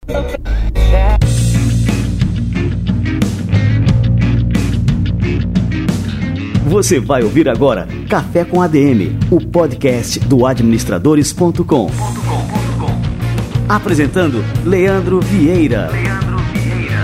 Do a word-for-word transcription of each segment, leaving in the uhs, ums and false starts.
Você vai ouvir agora Café com A D M, o podcast do administradores ponto com. Apresentando Leandro Vieira. Leandro Vieira.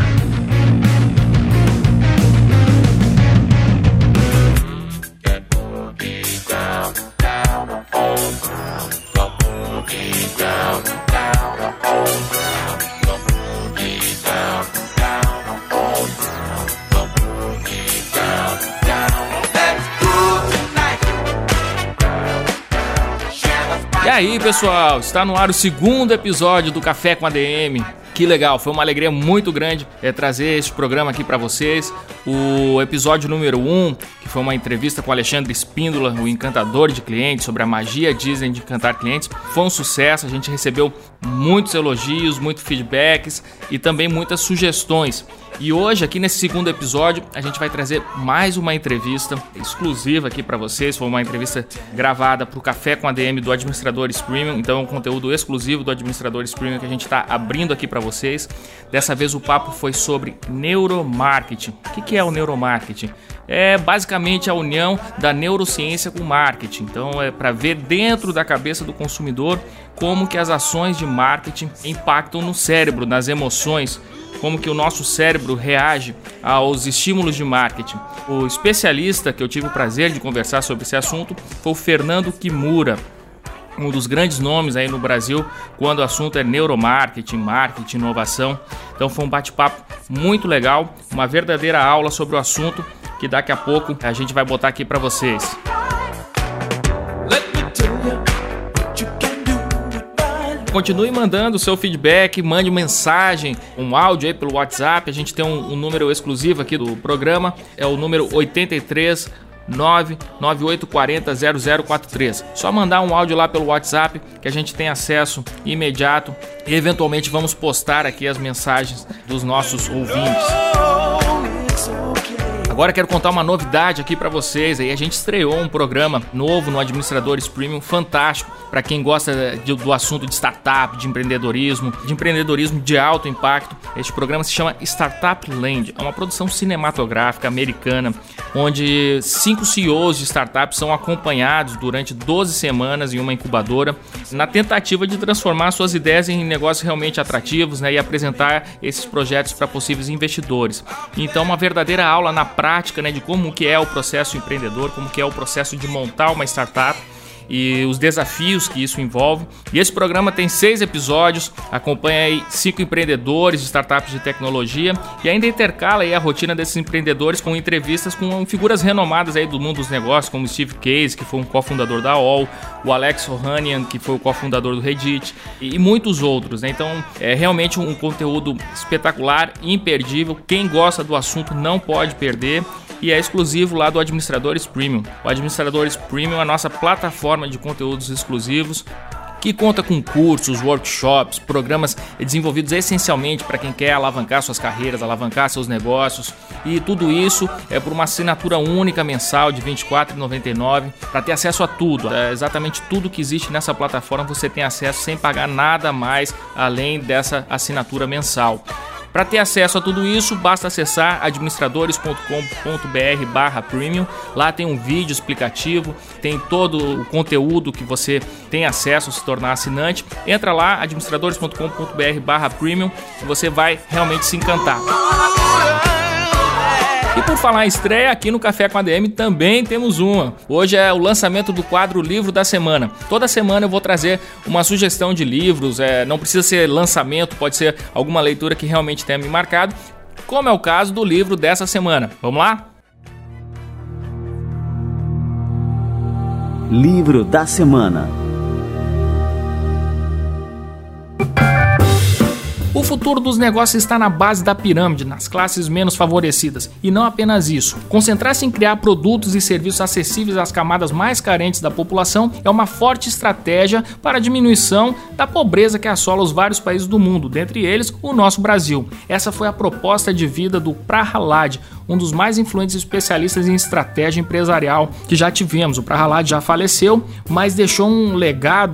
E aí, pessoal, está no ar o segundo episódio do Café com A D M. Que legal, foi uma alegria muito grande é, trazer este programa aqui para vocês. O episódio número um, que foi uma entrevista com o Alexandre Espíndola, o encantador de clientes, sobre a magia Disney de encantar clientes, foi um sucesso. A gente recebeu muitos elogios, muitos feedbacks e também muitas sugestões. E hoje, aqui nesse segundo episódio, a gente vai trazer mais uma entrevista exclusiva aqui para vocês. Foi uma entrevista gravada para o Café com A D M do Administradores Premium, então é um conteúdo exclusivo do Administradores Premium que a gente está abrindo aqui para vocês. Dessa vez o papo foi sobre neuromarketing. O que é o neuromarketing? É basicamente a união da neurociência com o marketing. Então é para ver dentro da cabeça do consumidor como que as ações de marketing impactam no cérebro, nas emoções, como que o nosso cérebro reage aos estímulos de marketing. O especialista que eu tive o prazer de conversar sobre esse assunto foi o Fernando Kimura, um dos grandes nomes aí no Brasil quando o assunto é neuromarketing, marketing, inovação. Então foi um bate-papo muito legal, uma verdadeira aula sobre o assunto que daqui a pouco a gente vai botar aqui para vocês. Continue mandando o seu feedback, mande mensagem, um áudio aí pelo WhatsApp. A gente tem um, um número exclusivo aqui do programa, é o número oito três nove nove oito quatro zero zero zero quatro três. Só mandar um áudio lá pelo WhatsApp que a gente tem acesso imediato e eventualmente vamos postar aqui as mensagens dos nossos ouvintes. Agora quero contar uma novidade aqui para vocês. Aí a gente estreou um programa novo no Administradores Premium, fantástico para quem gosta de, do assunto de startup, de empreendedorismo, de empreendedorismo de alto impacto. Este programa se chama Startup Land. É uma produção cinematográfica americana, onde cinco C E Os de startups são acompanhados durante doze semanas em uma incubadora, na tentativa de transformar suas ideias em negócios realmente atrativos, né, e apresentar esses projetos para possíveis investidores. Então, uma verdadeira aula na prática prática, né, de como que é o processo empreendedor, como que é o processo de montar uma startup e os desafios que isso envolve. E esse programa tem seis episódios, acompanha aí cinco empreendedores de startups de tecnologia e ainda intercala aí a rotina desses empreendedores com entrevistas com figuras renomadas aí do mundo dos negócios, como Steve Case, que foi um cofundador da A O L, o Alex Ohanian, que foi o cofundador do Reddit, e muitos outros, né? Então é realmente um conteúdo espetacular, imperdível. Quem gosta do assunto não pode perder. E é exclusivo lá do Administradores Premium. O Administradores Premium é a nossa plataforma de conteúdos exclusivos que conta com cursos, workshops, programas desenvolvidos essencialmente para quem quer alavancar suas carreiras, alavancar seus negócios, e tudo isso é por uma assinatura única mensal de vinte e quatro reais e noventa e nove centavos para ter acesso a tudo, é exatamente tudo que existe nessa plataforma você tem acesso sem pagar nada mais além dessa assinatura mensal. Para ter acesso a tudo isso, basta acessar administradores ponto com ponto br barra premium. Lá tem um vídeo explicativo, tem todo o conteúdo que você tem acesso a se tornar assinante. Entra lá, administradores ponto com ponto br barra premium, e você vai realmente se encantar. E por falar em estreia, aqui no Café com A D M também temos uma. Hoje é o lançamento do quadro Livro da Semana. Toda semana eu vou trazer uma sugestão de livros, é, não precisa ser lançamento, pode ser alguma leitura que realmente tenha me marcado, como é o caso do livro dessa semana. Vamos lá? Livro da Semana. O futuro dos negócios está na base da pirâmide, nas classes menos favorecidas. E não apenas isso. Concentrar-se em criar produtos e serviços acessíveis às camadas mais carentes da população é uma forte estratégia para a diminuição da pobreza que assola os vários países do mundo, dentre eles o nosso Brasil. Essa foi a proposta de vida do Prahalad, um dos mais influentes especialistas em estratégia empresarial que já tivemos. O Prahalad já faleceu, mas deixou um legado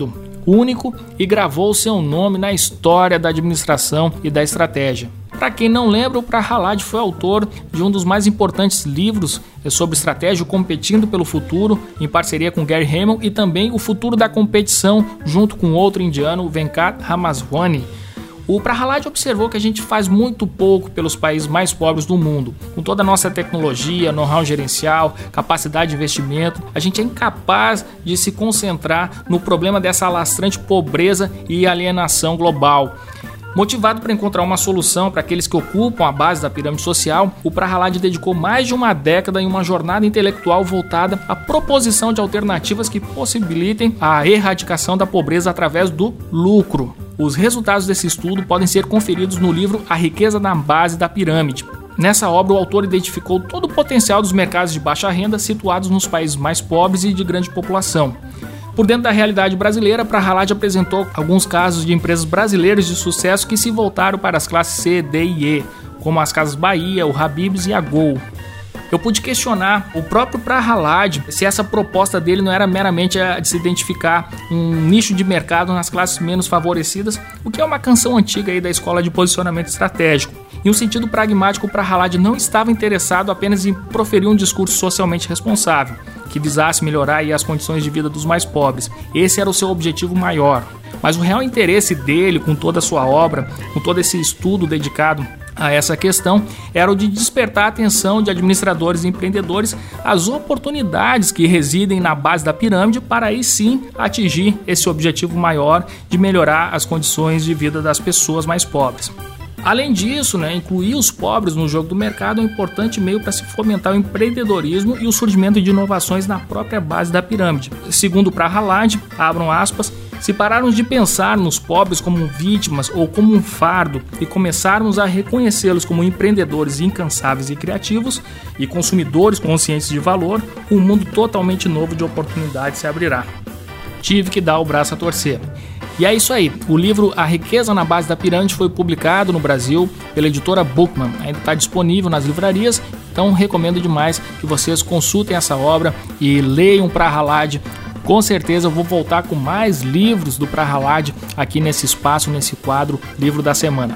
único e gravou seu nome na história da administração e da estratégia. Para quem não lembra, o Prahalad foi autor de um dos mais importantes livros sobre estratégia, Competindo pelo Futuro, em parceria com Gary Hamel, e também O Futuro da Competição, junto com outro indiano, Venkat Ramaswamy. O Prahalad observou que a gente faz muito pouco pelos países mais pobres do mundo. Com toda a nossa tecnologia, know-how gerencial, capacidade de investimento, a gente é incapaz de se concentrar no problema dessa alastrante pobreza e alienação global. Motivado para encontrar uma solução para aqueles que ocupam a base da pirâmide social, o Prahalad dedicou mais de uma década em uma jornada intelectual voltada à proposição de alternativas que possibilitem a erradicação da pobreza através do lucro. Os resultados desse estudo podem ser conferidos no livro A Riqueza na Base da Pirâmide. Nessa obra, o autor identificou todo o potencial dos mercados de baixa renda situados nos países mais pobres e de grande população. Por dentro da realidade brasileira, Prahalad apresentou alguns casos de empresas brasileiras de sucesso que se voltaram para as classes C, D e E, como as Casas Bahia, o Habib's e a Gol. Eu pude questionar o próprio Prahalad se essa proposta dele não era meramente a de se identificar um nicho de mercado nas classes menos favorecidas, o que é uma canção antiga aí da escola de posicionamento estratégico. Em um sentido pragmático, o Prahalad não estava interessado apenas em proferir um discurso socialmente responsável, que visasse melhorar aí as condições de vida dos mais pobres. Esse era o seu objetivo maior. Mas o real interesse dele, com toda a sua obra, com todo esse estudo dedicado a essa questão, era o de despertar a atenção de administradores e empreendedores às oportunidades que residem na base da pirâmide para aí sim atingir esse objetivo maior de melhorar as condições de vida das pessoas mais pobres. Além disso, né, incluir os pobres no jogo do mercado é um importante meio para se fomentar o empreendedorismo e o surgimento de inovações na própria base da pirâmide. Segundo o Prahalad, abram aspas, se pararmos de pensar nos pobres como vítimas ou como um fardo e começarmos a reconhecê-los como empreendedores incansáveis e criativos e consumidores conscientes de valor, um mundo totalmente novo de oportunidades se abrirá. Tive que dar o braço a torcer. E é isso aí, o livro A Riqueza na Base da Pirâmide foi publicado no Brasil pela editora Bookman, ainda está disponível nas livrarias, então recomendo demais que vocês consultem essa obra e leiam Prahalad. Com certeza eu vou voltar com mais livros do Prahalad aqui nesse espaço, nesse quadro Livro da Semana.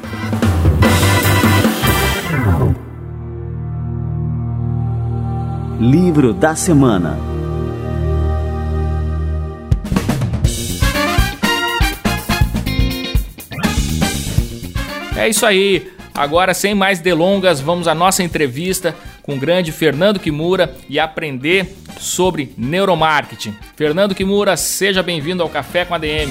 Livro da Semana. É isso aí, agora sem mais delongas, vamos à nossa entrevista com o grande Fernando Kimura e aprender sobre neuromarketing. Fernando Kimura, seja bem-vindo ao Café com A D M.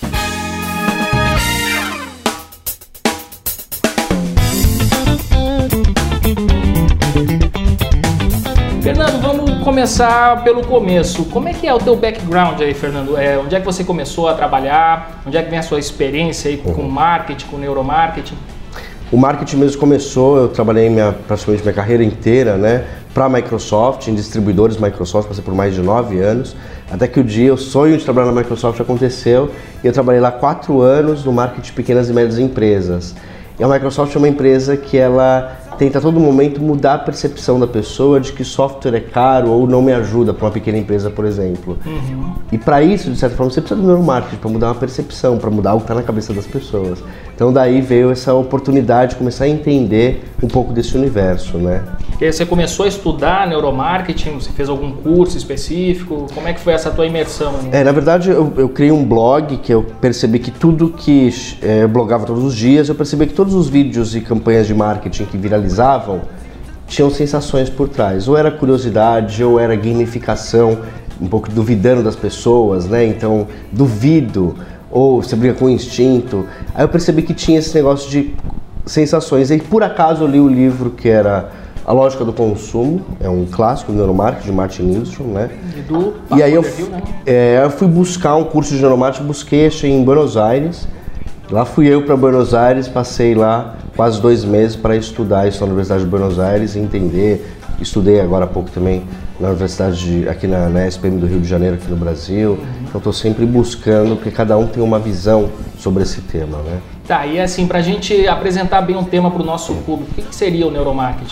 Fernando, vamos começar pelo começo. Como é que é o teu background aí, Fernando? É, onde é que você começou a trabalhar? Onde é que vem a sua experiência aí com uhum. marketing, com neuromarketing? O marketing mesmo começou, eu trabalhei minha, praticamente minha carreira inteira, né, para a Microsoft, em distribuidores Microsoft, passei por mais de nove anos, até que o dia o sonho de trabalhar na Microsoft aconteceu e eu trabalhei lá quatro anos no marketing de pequenas e médias empresas. E a Microsoft é uma empresa que ela tenta a todo momento mudar a percepção da pessoa de que software é caro ou não me ajuda para uma pequena empresa, por exemplo. Uhum. E para isso, de certa forma, você precisa do neuromarketing, para mudar uma percepção, para mudar o que está na cabeça das pessoas. Então daí veio essa oportunidade de começar a entender um pouco desse universo, né? E aí você começou a estudar neuromarketing, você fez algum curso específico? Como é que foi essa tua imersão? É, na verdade, eu, eu criei um blog que eu percebi que tudo que é, eu blogava todos os dias, eu percebi que todos os vídeos e campanhas de marketing que viralizavam tinham sensações por trás. Ou era curiosidade, ou era gamificação, um pouco duvidando das pessoas, né? Então, duvido, ou você briga com o instinto. Aí eu percebi que tinha esse negócio de sensações. E por acaso eu li o livro que era A Lógica do Consumo, é um clássico do neuromarketing, de Martin Lindstrom, né? E, do e aí eu, né? é, eu fui buscar um curso de neuromarketing, busquei, achei em Buenos Aires. Lá fui eu para Buenos Aires, passei lá quase dois meses para estudar isso na Universidade de Buenos Aires e entender. Estudei agora há pouco também na Universidade, de, aqui na, na S P M do Rio de Janeiro, aqui no Brasil. Uhum. Então estou sempre buscando, porque cada um tem uma visão sobre esse tema, né? Tá, e assim, para a gente apresentar bem um tema para o nosso público, o que, que seria o neuromarketing?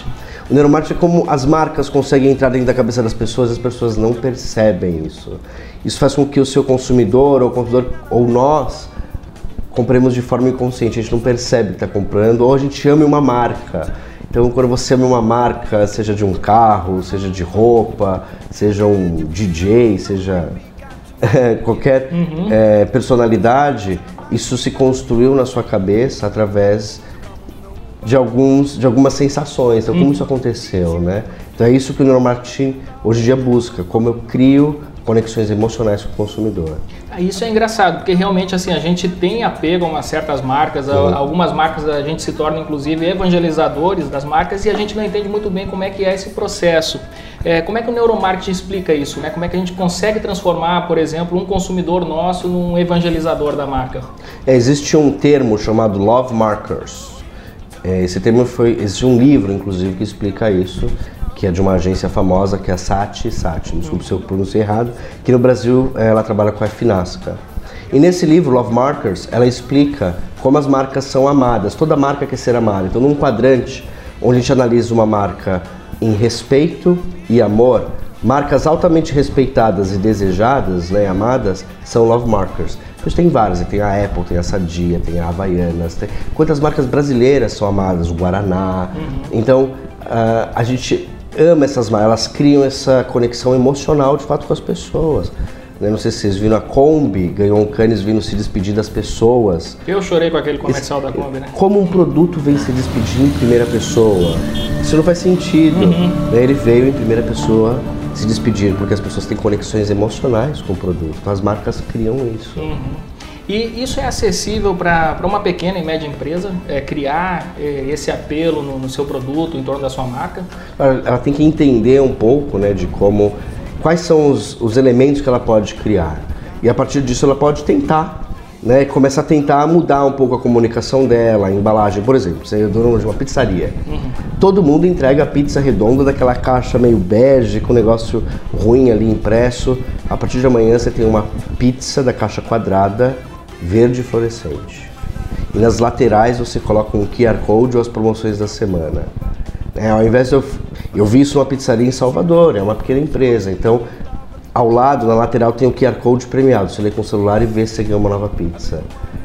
O neuromarketing é como as marcas conseguem entrar dentro da cabeça das pessoas e as pessoas não percebem isso. Isso faz com que o seu consumidor ou, consumidor, ou nós compremos de forma inconsciente, a gente não percebe que está comprando, ou a gente ama uma marca. Então, quando você ama uma marca, seja de um carro, seja de roupa, seja um D J, seja qualquer uhum. é, personalidade, isso se construiu na sua cabeça através de, alguns, de algumas sensações. Então, como hum. isso aconteceu, né? Então, é isso que o neuromarketing hoje em dia busca, como eu crio conexões emocionais com o consumidor. Isso é engraçado, porque realmente assim, a gente tem apego a umas certas marcas, uhum. algumas marcas a gente se torna inclusive evangelizadores das marcas e a gente não entende muito bem como é que é esse processo. É, como é que o neuromarketing explica isso, né? Como é que a gente consegue transformar, por exemplo, um consumidor nosso num evangelizador da marca? É, existe um termo chamado Love Markers. Esse termo foi, existe um livro, inclusive, que explica isso, que é de uma agência famosa, que é a Saatchi, Saatchi, desculpe se eu pronunciei errado, que no Brasil ela trabalha com a Finasca. E nesse livro, Love Markers, ela explica como as marcas são amadas, toda marca quer ser amada. Então, num quadrante onde a gente analisa uma marca em respeito e amor, marcas altamente respeitadas e desejadas, né, amadas, são Love Markers. A gente tem várias, tem a Apple, tem a Sadia, tem a Havaianas, tem... quantas marcas brasileiras são amadas, o Guaraná. Uhum. Então, uh, a gente ama essas marcas, elas criam essa conexão emocional de fato com as pessoas. Eu não sei se vocês viram, a Kombi ganhou um Cannes vindo se despedir das pessoas. Eu chorei com aquele comercial Esse, da Kombi, né? Como um produto vem se despedir em primeira pessoa? Isso não faz sentido. Uhum. Ele veio em primeira pessoa se despedir, porque as pessoas têm conexões emocionais com o produto. Então as marcas criam isso. Uhum. E isso é acessível para uma pequena e média empresa, é, criar é, esse apelo no, no seu produto, em torno da sua marca? Ela, ela tem que entender um pouco, né, de como, quais são os, os elementos que ela pode criar. E a partir disso ela pode tentar, né, começar a tentar mudar um pouco a comunicação dela, a embalagem. Por exemplo, você é dono de uma pizzaria. Uhum. Todo mundo entrega a pizza redonda daquela caixa meio bege, com um negócio ruim ali impresso. A partir de amanhã você tem uma pizza da caixa quadrada, verde fluorescente. E nas laterais você coloca um Q R Code ou as promoções da semana. É, ao invés de eu, eu vi isso numa pizzaria em Salvador, é uma pequena empresa, então ao lado, na lateral, tem o Q R Code premiado. Você lê com o celular e vê se você ganha uma nova pizza.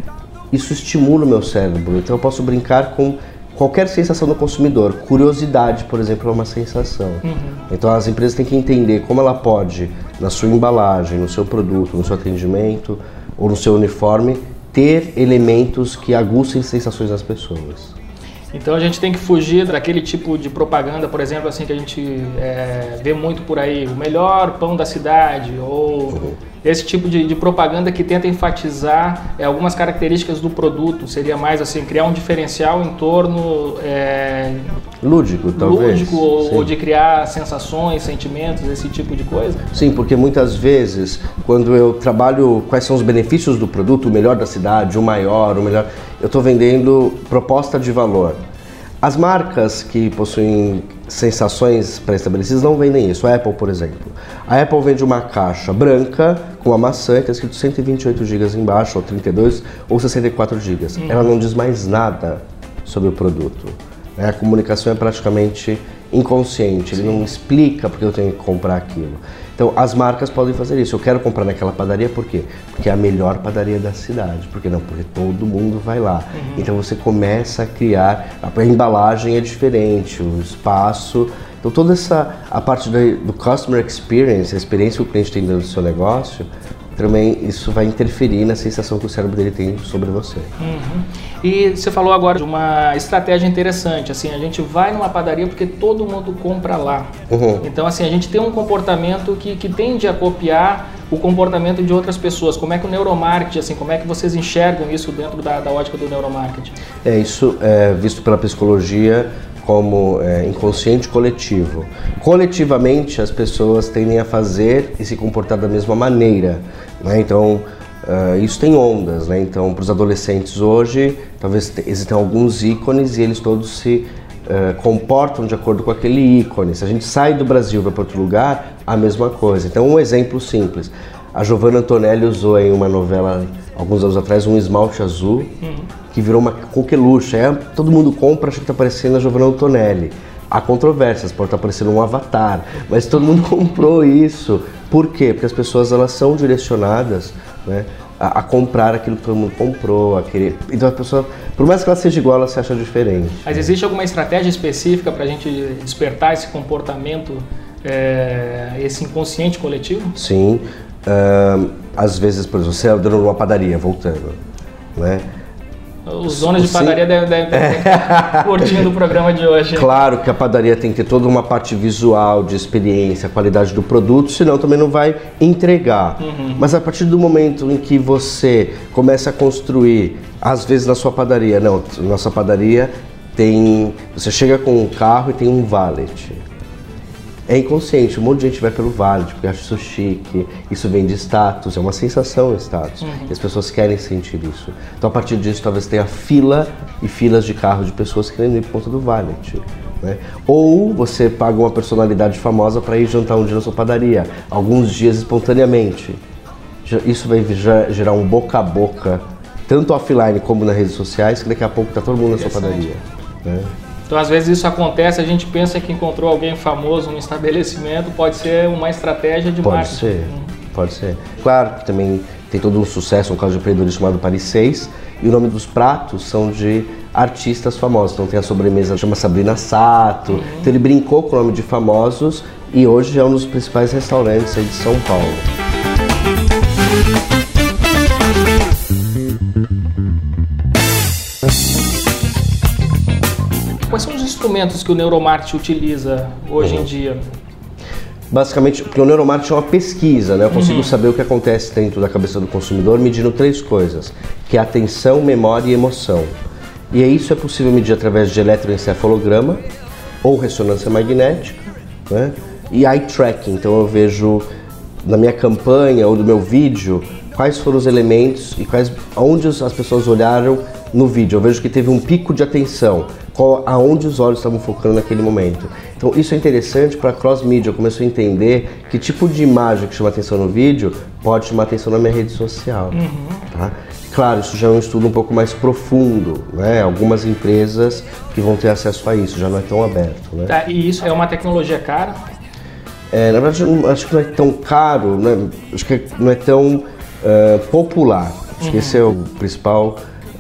Isso estimula o meu cérebro, então eu posso brincar com qualquer sensação do consumidor. Curiosidade, por exemplo, é uma sensação. Uhum. Então as empresas têm que entender como ela pode, na sua embalagem, no seu produto, no seu atendimento ou no seu uniforme, ter elementos que aguçem sensações das pessoas. Então a gente tem que fugir daquele tipo de propaganda, por exemplo, assim que a gente é, vê muito por aí, o melhor pão da cidade, ou uhum. esse tipo de, de propaganda que tenta enfatizar é, algumas características do produto. Seria mais assim, criar um diferencial em torno é, lúdico, talvez. Lúdico, ou, ou de criar sensações, sentimentos, esse tipo de coisa? Sim, porque muitas vezes, quando eu trabalho quais são os benefícios do produto, o melhor da cidade, o maior, o melhor, eu estou vendendo proposta de valor. As marcas que possuem sensações pré-estabelecidas não vendem isso. A Apple, por exemplo. A Apple vende uma caixa branca com uma maçã que está escrito cento e vinte e oito gigas embaixo, ou trinta e dois, ou sessenta e quatro gigas. Hum. Ela não diz mais nada sobre o produto. A comunicação é praticamente inconsciente, ele não explica porque eu tenho que comprar aquilo. Então as marcas podem fazer isso. Eu quero comprar naquela padaria, por quê? Porque é a melhor padaria da cidade. Por que não? Porque todo mundo vai lá. Uhum. Então você começa a criar, a embalagem é diferente, o espaço. Então toda essa, a parte do customer experience, a experiência que o cliente tem dentro do seu negócio, também isso vai interferir na sensação que o cérebro dele tem sobre você. Uhum. E você falou agora de uma estratégia interessante, assim, a gente vai numa padaria porque todo mundo compra lá. Uhum. Então, assim, a gente tem um comportamento que, que tende a copiar o comportamento de outras pessoas. Como é que o neuromarketing, assim, como é que vocês enxergam isso dentro da, da ótica do neuromarketing? É, isso é visto pela psicologia como é, inconsciente coletivo. Coletivamente, as pessoas tendem a fazer e se comportar da mesma maneira, né? Então, uh, isso tem ondas, né? Então, para os adolescentes hoje, talvez existam alguns ícones e eles todos se uh, comportam de acordo com aquele ícone. Se a gente sai do Brasil e vai para outro lugar, a mesma coisa. Então, um exemplo simples. A Giovanna Antonelli usou em uma novela, alguns anos atrás, um esmalte azul, uhum. que virou uma coqueluche. É, todo mundo compra, acha que está parecendo a Giovanna Antonelli. há controvérsias, pode estar parecendo um avatar, mas todo mundo comprou isso. Por quê? Porque as pessoas elas são direcionadas, né, a, a comprar aquilo que todo mundo comprou, a querer. Então a pessoa, por mais que ela seja igual, ela se acha diferente. Mas existe alguma estratégia específica para a gente despertar esse comportamento, é, esse inconsciente coletivo? Sim. Uh, às vezes, por exemplo, você é dono de uma padaria, voltando, né? Os donos de padaria devem, devem estar curtindo o programa de hoje. Claro que a padaria tem que ter toda uma parte visual, de experiência, qualidade do produto, senão também não vai entregar. Uhum. Mas a partir do momento em que você começa a construir, às vezes na sua padaria, não, nossa padaria tem, você chega com um carro e tem um valet. É inconsciente, um monte de gente vai pelo valet porque acha isso chique, isso vem de status, é uma sensação de status, uhum. E as pessoas querem sentir isso. Então a partir disso talvez tenha fila e filas de carro de pessoas querendo ir por conta do valet, né? Ou você paga uma personalidade famosa para ir jantar um dia na sua padaria, alguns dias espontaneamente. Isso vai gerar um boca a boca, tanto offline como nas redes sociais, que daqui a pouco está todo mundo na sua padaria, né? Então, às vezes isso acontece, a gente pensa que encontrou alguém famoso no estabelecimento, pode ser uma estratégia de pode marketing. Pode ser, hum. pode ser. Claro que também tem todo um sucesso, um caso de empreendedor chamado Paris seis, e o nome dos pratos são de artistas famosos. Então tem a sobremesa, chama Sabrina Sato, uhum. Então ele brincou com o nome de famosos e hoje é um dos principais restaurantes aí de São Paulo. Quais são os instrumentos que o neuromarketing utiliza hoje uhum. em dia? Basicamente, porque o neuromarketing é uma pesquisa, né? Eu consigo uhum. saber o que acontece dentro da cabeça do consumidor medindo três coisas, que é atenção, memória e emoção. E isso é possível medir através de eletroencefalograma ou ressonância magnética, né? E eye tracking, então eu vejo na minha campanha ou no meu vídeo quais foram os elementos e quais, onde as pessoas olharam no vídeo. Eu vejo que teve um pico de atenção, qual, aonde os olhos estavam focando naquele momento. Então isso é interessante para a cross-media. Eu começo a entender que tipo de imagem que chama atenção no vídeo pode chamar atenção na minha rede social. Uhum. Tá? Claro, isso já é um estudo um pouco mais profundo, né? Algumas empresas que vão ter acesso a isso, já não é tão aberto, né? Tá, e isso é uma tecnologia cara? É, na verdade, eu acho que não é tão caro, né? Acho que não é tão uh, popular. Acho uhum. que esse é o principal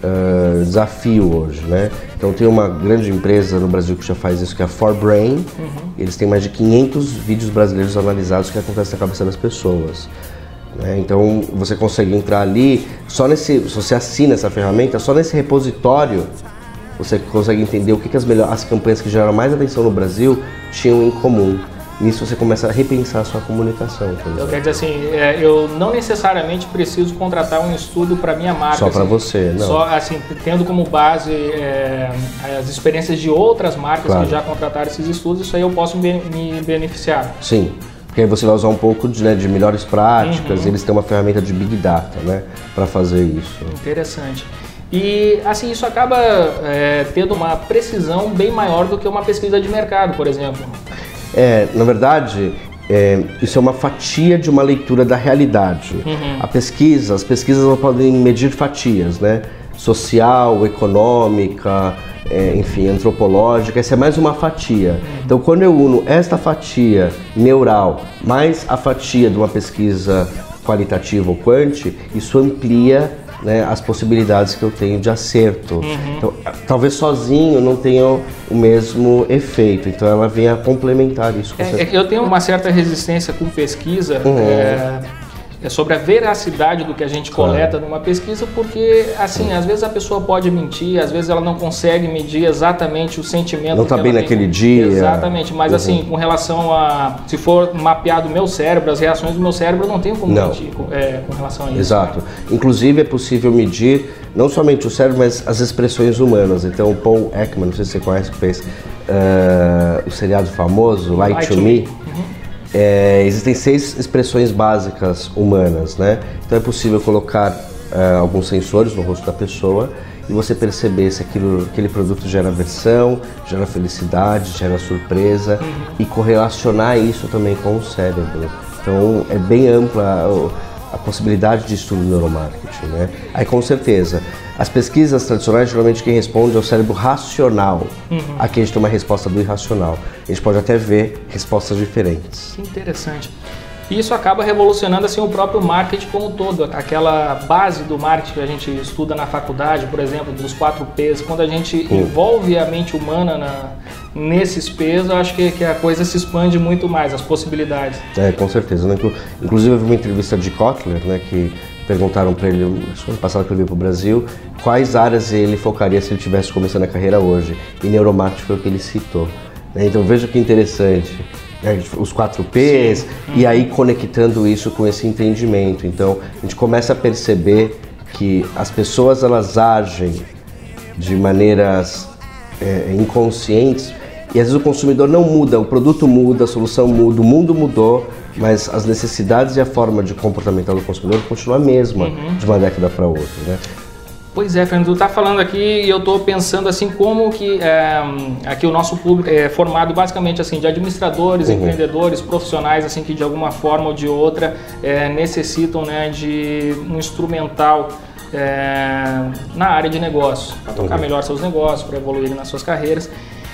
Uh, desafio hoje, né? Então tem uma grande empresa no Brasil que já faz isso, que é a four brain. Uhum. Eles têm mais de quinhentos vídeos brasileiros analisados que acontecem na cabeça das pessoas, né? Então você consegue entrar ali, só nesse, se você assina essa ferramenta, só nesse repositório você consegue entender o que, que as, melhores, as campanhas que geraram mais atenção no Brasil tinham em comum. Nisso você começa a repensar a sua comunicação. Então quer dizer assim, é, eu não necessariamente preciso contratar um estudo para minha marca. Só para assim, você, não. Só assim, tendo como base é, as experiências de outras marcas claro. Que já contrataram esses estudos, isso aí eu posso me, me beneficiar. Sim, porque aí você vai usar um pouco de, né, de melhores práticas, uhum. Eles têm uma ferramenta de Big Data, né, para fazer isso. Interessante. E assim, isso acaba é, tendo uma precisão bem maior do que uma pesquisa de mercado, por exemplo. É, na verdade, é, isso é uma fatia de uma leitura da realidade. Uhum. A pesquisa, as pesquisas não podem medir fatias, né? Social, econômica, é, enfim, antropológica, essa é mais uma fatia. Uhum. Então, quando eu uno esta fatia neural mais a fatia de uma pesquisa qualitativa ou quant, isso amplia, né, as possibilidades que eu tenho de acerto. Uhum. Então, talvez sozinho não tenha o mesmo efeito, então ela vem a complementar isso. Com é, eu tenho uma certa resistência com pesquisa, uhum. é, é sobre a veracidade do que a gente coleta claro. Numa pesquisa, porque assim, uhum. às vezes a pessoa pode mentir, às vezes ela não consegue medir exatamente o sentimento. Não está bem naquele tem. dia. Exatamente, mas uhum. assim, com relação a, se for mapeado o meu cérebro, as reações do meu cérebro, eu não tenho como não. medir com, é, com relação a isso. Exato. Né? Inclusive é possível medir não somente o cérebro, mas as expressões humanas. Então o Paul Ekman, não sei se você conhece, que fez uh, o seriado famoso, Lie, Lie to, to Me. Me. Uhum. É, existem seis expressões básicas humanas, né? Então é possível colocar uh, alguns sensores no rosto da pessoa e você perceber se aquilo, aquele produto gera aversão, gera felicidade, gera surpresa uhum. e correlacionar isso também com o cérebro. Então é bem ampla a, a possibilidade de estudo do neuromarketing, né? Aí com certeza As pesquisas tradicionais, geralmente quem responde é o cérebro racional. Uhum. Aqui a gente tem uma resposta do irracional. A gente pode até ver respostas diferentes. Que interessante. E isso acaba revolucionando assim, o próprio marketing como um todo. Aquela base do marketing que a gente estuda na faculdade, por exemplo, dos quatro P's, quando a gente hum. envolve a mente humana na, nesses P's, eu acho que, que a coisa se expande muito mais, as possibilidades. É, com certeza. Né? Inclusive, eu vi uma entrevista de Kotler, né, que perguntaram para ele, no ano passado que ele veio para o Brasil, quais áreas ele focaria se ele estivesse começando a carreira hoje. E neuromarketing foi o que ele citou. Né? Então, veja que interessante. Os quatro P's, uhum. e aí conectando isso com esse entendimento. Então, a gente começa a perceber que as pessoas elas agem de maneiras é, inconscientes e às vezes o consumidor não muda, o produto muda, a solução muda, o mundo mudou, mas as necessidades e a forma de comportamental do consumidor continua a mesma uhum. de uma década para outra, né? Pois é, Fernando, tu está falando aqui e eu estou pensando assim como que é, aqui o nosso público é formado basicamente assim de administradores, uhum. empreendedores, profissionais assim que de alguma forma ou de outra é, necessitam, né, de um instrumental é, na área de negócios para tocar uhum. melhor seus negócios, para evoluir nas suas carreiras.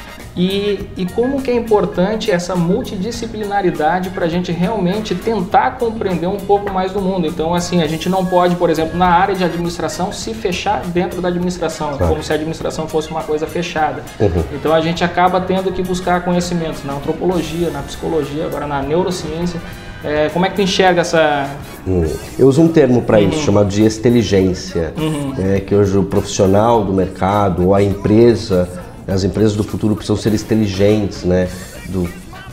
E, e como que é importante essa multidisciplinaridade para a gente realmente tentar compreender um pouco mais do mundo. Então, assim, a gente não pode, por exemplo, na área de administração, se fechar dentro da administração, claro. Como se a administração fosse uma coisa fechada. Uhum. Então, a gente acaba tendo que buscar conhecimentos na antropologia, na psicologia, agora na neurociência. É, como é que tu enxerga essa... Hum. Eu uso um termo para isso, uhum. chamado de exteligência, uhum. é, que hoje o profissional do mercado ou a empresa... As empresas do futuro precisam ser inteligentes, né? Do,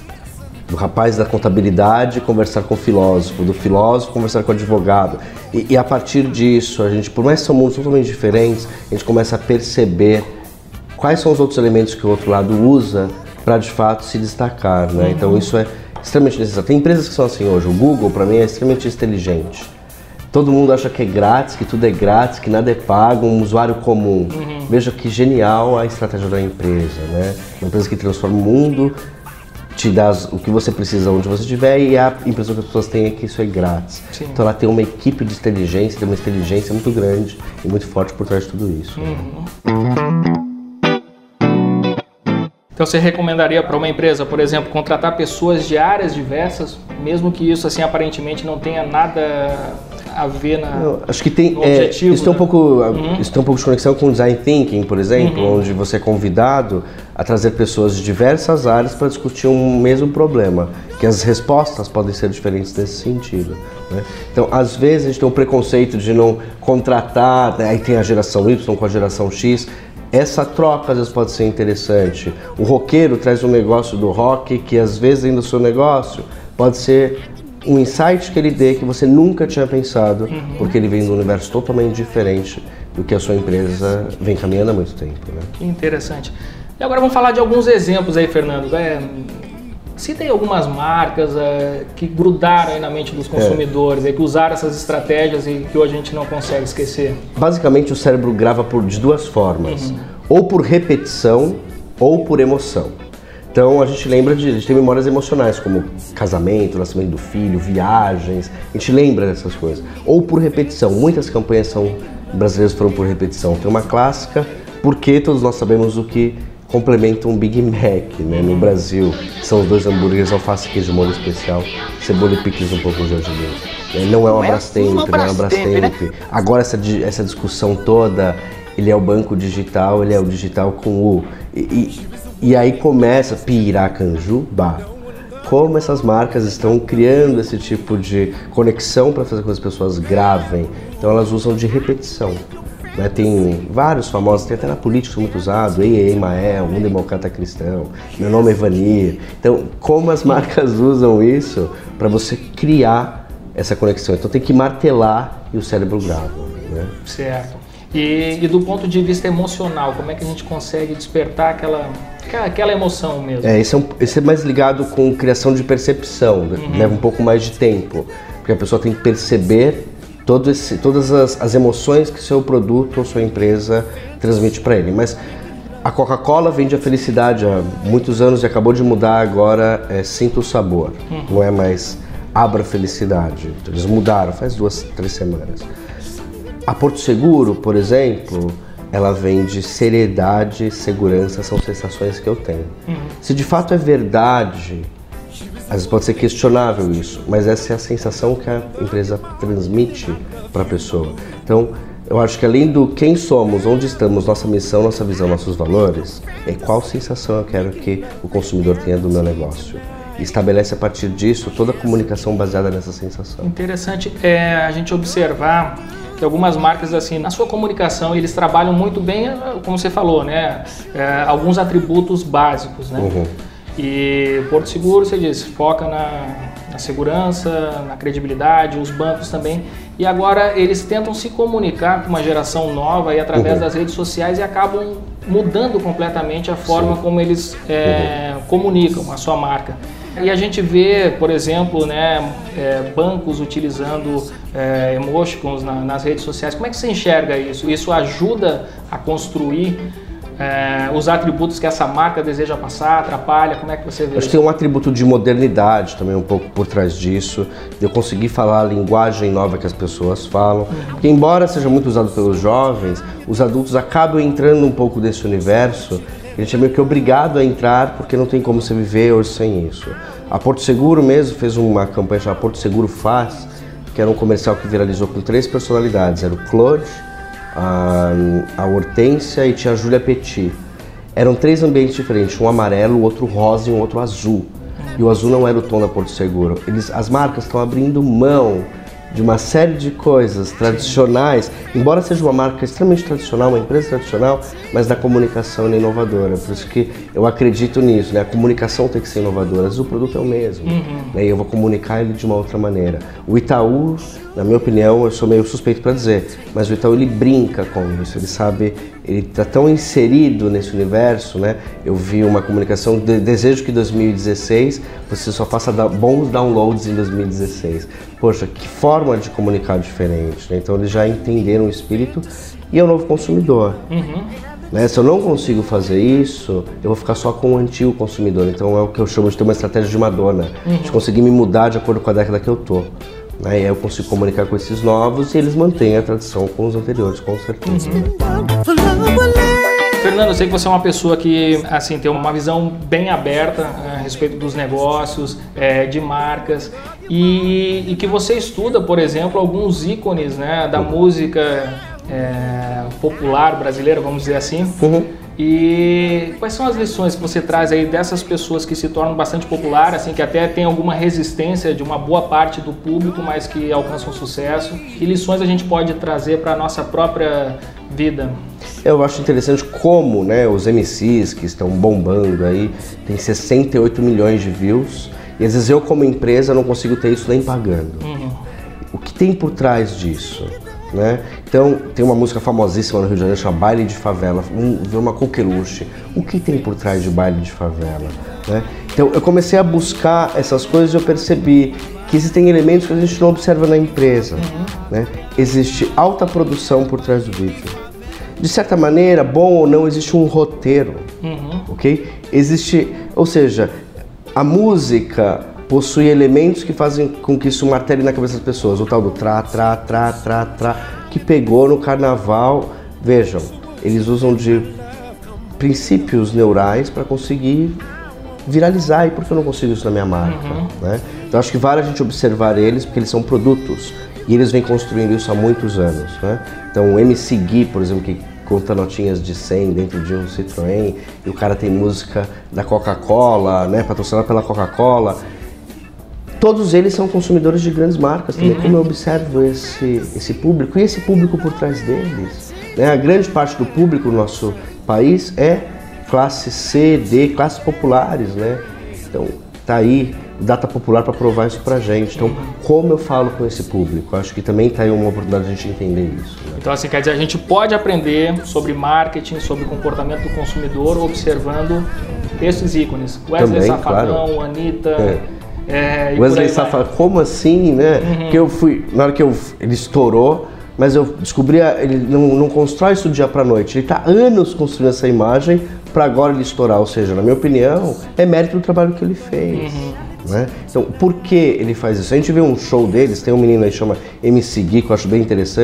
do rapaz da contabilidade conversar com o filósofo, do filósofo conversar com o advogado. E, e a partir disso, a gente, por mais que são mundos totalmente diferentes, a gente começa a perceber quais são os outros elementos que o outro lado usa para de fato se destacar, né? Uhum. Então isso é extremamente necessário. Tem empresas que são assim hoje. O Google, para mim, é extremamente inteligente. Todo mundo acha que é grátis, que tudo é grátis, que nada é pago, um usuário comum. Uhum. Veja que genial a estratégia da empresa, né? Uma empresa que transforma o mundo, te dá o que você precisa onde você estiver e a impressão que as pessoas têm é que isso é grátis. Sim. Então ela tem uma equipe de inteligência, tem uma inteligência muito grande e muito forte por trás de tudo isso. Uhum. Né? Então você recomendaria para uma empresa, por exemplo, contratar pessoas de áreas diversas, mesmo que isso assim aparentemente não tenha nada a ver na, Não, acho que tem, no objetivo, é, isso, tem um né? pouco, Uhum. isso tem um pouco de conexão com o Design Thinking, por exemplo, uhum. onde você é convidado a trazer pessoas de diversas áreas para discutir um mesmo problema, que as respostas podem ser diferentes nesse sentido, né? Então, às vezes a gente tem um preconceito de não contratar, né? Aí tem a geração Y com a geração X. Essa troca às vezes pode ser interessante. O roqueiro traz um negócio do rock que às vezes dentro do seu negócio pode ser um insight que ele dê que você nunca tinha pensado, uhum. porque ele vem de um universo totalmente diferente do que a sua empresa vem caminhando há muito tempo, né? Que interessante. E agora vamos falar de alguns exemplos aí, Fernando. É, citem algumas marcas é, que grudaram aí na mente dos consumidores, é. é, que usaram essas estratégias e que hoje a gente não consegue esquecer. Basicamente o cérebro grava por, de duas formas, uhum. ou por repetição ou por emoção. Então a gente lembra de, a gente tem memórias emocionais como casamento, nascimento do filho, viagens, a gente lembra dessas coisas. Ou por repetição, muitas campanhas são, brasileiras foram por repetição. Tem uma clássica, porque todos nós sabemos o que complementa um Big Mac, né, no Brasil. São os dois hambúrgueres, alface, queijo, molho especial, cebola e picles um pouco de gergelim. Não é uma Brastemp, não é uma Brastemp. Né? Agora essa, essa discussão toda, ele é o banco digital, ele é o digital com U. E, e, E aí começa Piracanjuba. Como essas marcas estão criando esse tipo de conexão para fazer com que as pessoas gravem. Então elas usam de repetição. Né? Tem vários famosos, tem até na política muito usado, Ei, Ei, Mael, um democrata cristão, meu nome é Vanir. Então, como as marcas usam isso para você criar essa conexão? Então tem que martelar e o cérebro grava. Né? Certo. E, e do ponto de vista emocional, como é que a gente consegue despertar aquela, aquela emoção mesmo? É, esse, é um, esse é mais ligado com criação de percepção, uhum. leva um pouco mais de tempo, porque a pessoa tem que perceber todo esse, todas as, as emoções que seu produto ou sua empresa transmite para ele. Mas a Coca-Cola vende a felicidade há muitos anos e acabou de mudar agora, é, sinta o sabor, uhum. não é mais abra a felicidade. Eles mudaram faz duas, três semanas. A Porto Seguro, por exemplo, ela vende seriedade, segurança, são sensações que eu tenho. Uhum. Se de fato é verdade, às vezes pode ser questionável isso, mas essa é a sensação que a empresa transmite para a pessoa. Então, eu acho que além do quem somos, onde estamos, nossa missão, nossa visão, nossos valores, é qual sensação eu quero que o consumidor tenha do meu negócio. E estabelece a partir disso toda a comunicação baseada nessa sensação. Interessante é a gente observar que algumas marcas, assim, na sua comunicação, eles trabalham muito bem, como você falou, né? É, alguns atributos básicos, né? Uhum. E Porto Seguro, você disse, foca na, na segurança, na credibilidade, os bancos também. E agora eles tentam se comunicar com uma geração nova e através uhum. das redes sociais e acabam mudando completamente a forma Sim. como eles é, uhum. comunicam a sua marca. E a gente vê, por exemplo, né, é, bancos utilizando é, emoticons na, nas redes sociais. Como é que você enxerga isso? Isso ajuda a construir É, os atributos que essa marca deseja passar, atrapalha? Como é que você vê? Acho que tem um atributo de modernidade também um pouco por trás disso, de eu conseguir falar a linguagem nova que as pessoas falam, uhum. porque embora seja muito usado pelos jovens, os adultos acabam entrando um pouco desse universo, a gente é meio que obrigado a entrar porque não tem como você viver hoje sem isso. A Porto Seguro mesmo fez uma campanha chamada Porto Seguro Faz, que era um comercial que viralizou com três personalidades, era o Claude, A, a Hortência e tinha a Júlia Petit. Eram três ambientes diferentes, um amarelo, outro rosa e um outro azul. E o azul não era o tom da Porto Seguro. Eles, as marcas estão abrindo mão de uma série de coisas tradicionais, embora seja uma marca extremamente tradicional, uma empresa tradicional, mas da comunicação é inovadora. Por isso que eu acredito nisso, né? A comunicação tem que ser inovadora, às vezes o produto é o mesmo, uhum. né? E eu vou comunicar ele de uma outra maneira. O Itaú, na minha opinião, eu sou meio suspeito para dizer, mas o Itaú ele brinca com isso, ele sabe, ele está tão inserido nesse universo, né? Eu vi uma comunicação, de, desejo que em dois mil e dezesseis você só faça da, bons downloads em dois mil e dezesseis. Poxa, que forma de comunicar diferente, né? Então eles já entenderam o espírito e é o novo consumidor. Uhum. Né? Se eu não consigo fazer isso, eu vou ficar só com o antigo consumidor. Então é o que eu chamo de ter uma estratégia de Madonna, uhum. de conseguir me mudar de acordo com a década que eu tô. Né? E aí eu consigo comunicar com esses novos e eles mantêm a tradição com os anteriores, com certeza. Uhum. Fernando, eu sei que você é uma pessoa que assim, tem uma visão bem aberta a respeito dos negócios, é, de marcas, e, e que você estuda, por exemplo, alguns ícones, né, da uhum. música é, popular brasileira, vamos dizer assim. Uhum. E quais são as lições que você traz aí dessas pessoas que se tornam bastante populares, assim, que até tem alguma resistência de uma boa parte do público, mas que alcançam sucesso? Que lições a gente pode trazer para a nossa própria vida? Eu acho interessante como, né, os M Cs que estão bombando aí, tem sessenta e oito milhões de views, e às vezes eu como empresa não consigo ter isso nem pagando. Uhum. O que tem por trás disso? Né? Então, tem uma música famosíssima no Rio de Janeiro, chama Baile de Favela, um, uma coqueluche. O que tem por trás de Baile de Favela? Né? Então, eu comecei a buscar essas coisas e eu percebi que existem elementos que a gente não observa na empresa. Uhum. Né? Existe alta produção por trás do vídeo. De certa maneira, bom ou não, existe um roteiro. Uhum. Ok? Existe, ou seja, a música possui elementos que fazem com que isso martele na cabeça das pessoas. O tal do tra, tra, tra, tra, tra, que pegou no carnaval. Vejam, eles usam de princípios neurais para conseguir viralizar. E por que eu não consigo isso na minha marca? Uhum. Né? Então acho que vale a gente observar eles, porque eles são produtos. E eles vêm construindo isso há muitos anos. Né? Então o M C Gui, por exemplo, que conta notinhas de cem dentro de um Citroën, e o cara tem música da Coca-Cola, né, patrocinada pela Coca-Cola. Todos eles são consumidores de grandes marcas também, uhum. como eu observo esse, esse público e esse público por trás deles. Né? A grande parte do público no nosso país é classe C, D, classes populares, né? Então tá aí o Data Popular para provar isso pra gente. Então, como eu falo com esse público? Acho que também tá aí uma oportunidade de a gente entender isso. Né? Então, assim, quer dizer, a gente pode aprender sobre marketing, sobre comportamento do consumidor, observando esses ícones. Wesley também, Safadão, claro. Anitta... É. É, Wesley Safadão, como assim, né? Uhum. Que eu fui, na hora que eu, ele estourou, mas eu descobri, ele não, não constrói isso do dia pra noite, ele tá anos construindo essa imagem para agora ele estourar, ou seja, na minha opinião, é mérito do trabalho que ele fez. Uhum. Né? Então, por que ele faz isso? A gente vê um show deles, tem um menino aí que chama M C Gui, que eu acho bem interessante,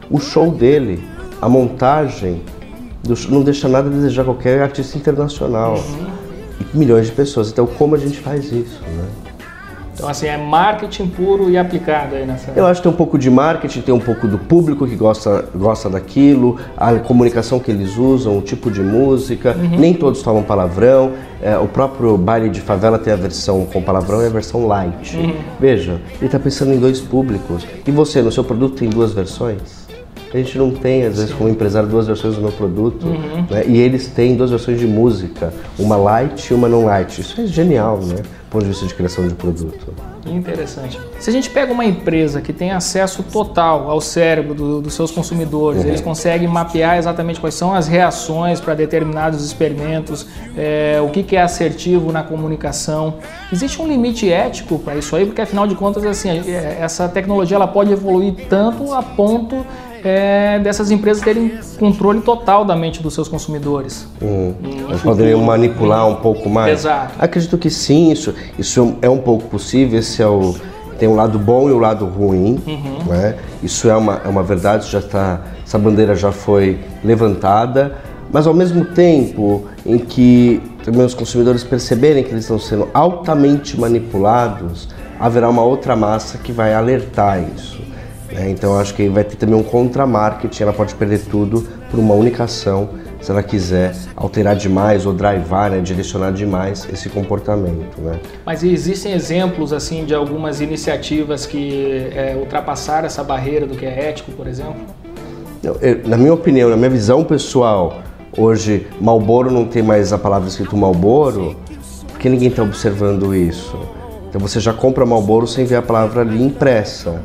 o show dele, a montagem, do, não deixa nada a desejar qualquer artista internacional. Uhum. E milhões de pessoas. Então, como a gente faz isso, né? Então, assim, é marketing puro e aplicado aí nessa... Eu acho que tem um pouco de marketing, tem um pouco do público que gosta, gosta daquilo, a comunicação que eles usam, o tipo de música, uhum. Nem todos falam palavrão, é, o próprio baile de favela tem a versão com palavrão e a versão light. Uhum. Veja, ele está pensando em dois públicos. E você, no seu produto, tem duas versões? A gente não tem, às vezes, como empresário, duas versões do meu produto, uhum. Né? E eles têm duas versões de música, uma light e uma não light. Isso é genial, né? Do ponto de vista de criação de produto. Interessante. Se a gente pega uma empresa que tem acesso total ao cérebro do, dos seus consumidores, uhum. Eles conseguem mapear exatamente quais são as reações para determinados experimentos, é, o que, que é assertivo na comunicação. Existe um limite ético para isso aí, porque afinal de contas, assim, essa tecnologia ela pode evoluir tanto a ponto É, dessas empresas terem controle total da mente dos seus consumidores. Hum. Eles poderiam manipular um pouco mais? Exato. Acredito que sim, isso, isso é um pouco possível, esse é o, tem um lado bom e um lado ruim, uhum. Né? Isso é uma, é uma verdade, já tá, essa bandeira já foi levantada, mas ao mesmo tempo em que também os consumidores perceberem que eles estão sendo altamente manipulados, haverá uma outra massa que vai alertar isso. Então acho que vai ter também um contra-marketing, ela pode perder tudo por uma única ação, se ela quiser alterar demais ou drivar, né, direcionar demais esse comportamento. Né? Mas existem exemplos assim de algumas iniciativas que é, ultrapassaram essa barreira do que é ético, por exemplo? Eu, eu, na minha opinião, na minha visão pessoal, hoje Marlboro não tem mais a palavra escrito Marlboro, porque ninguém está observando isso. Então você já compra Marlboro sem ver a palavra ali impressa.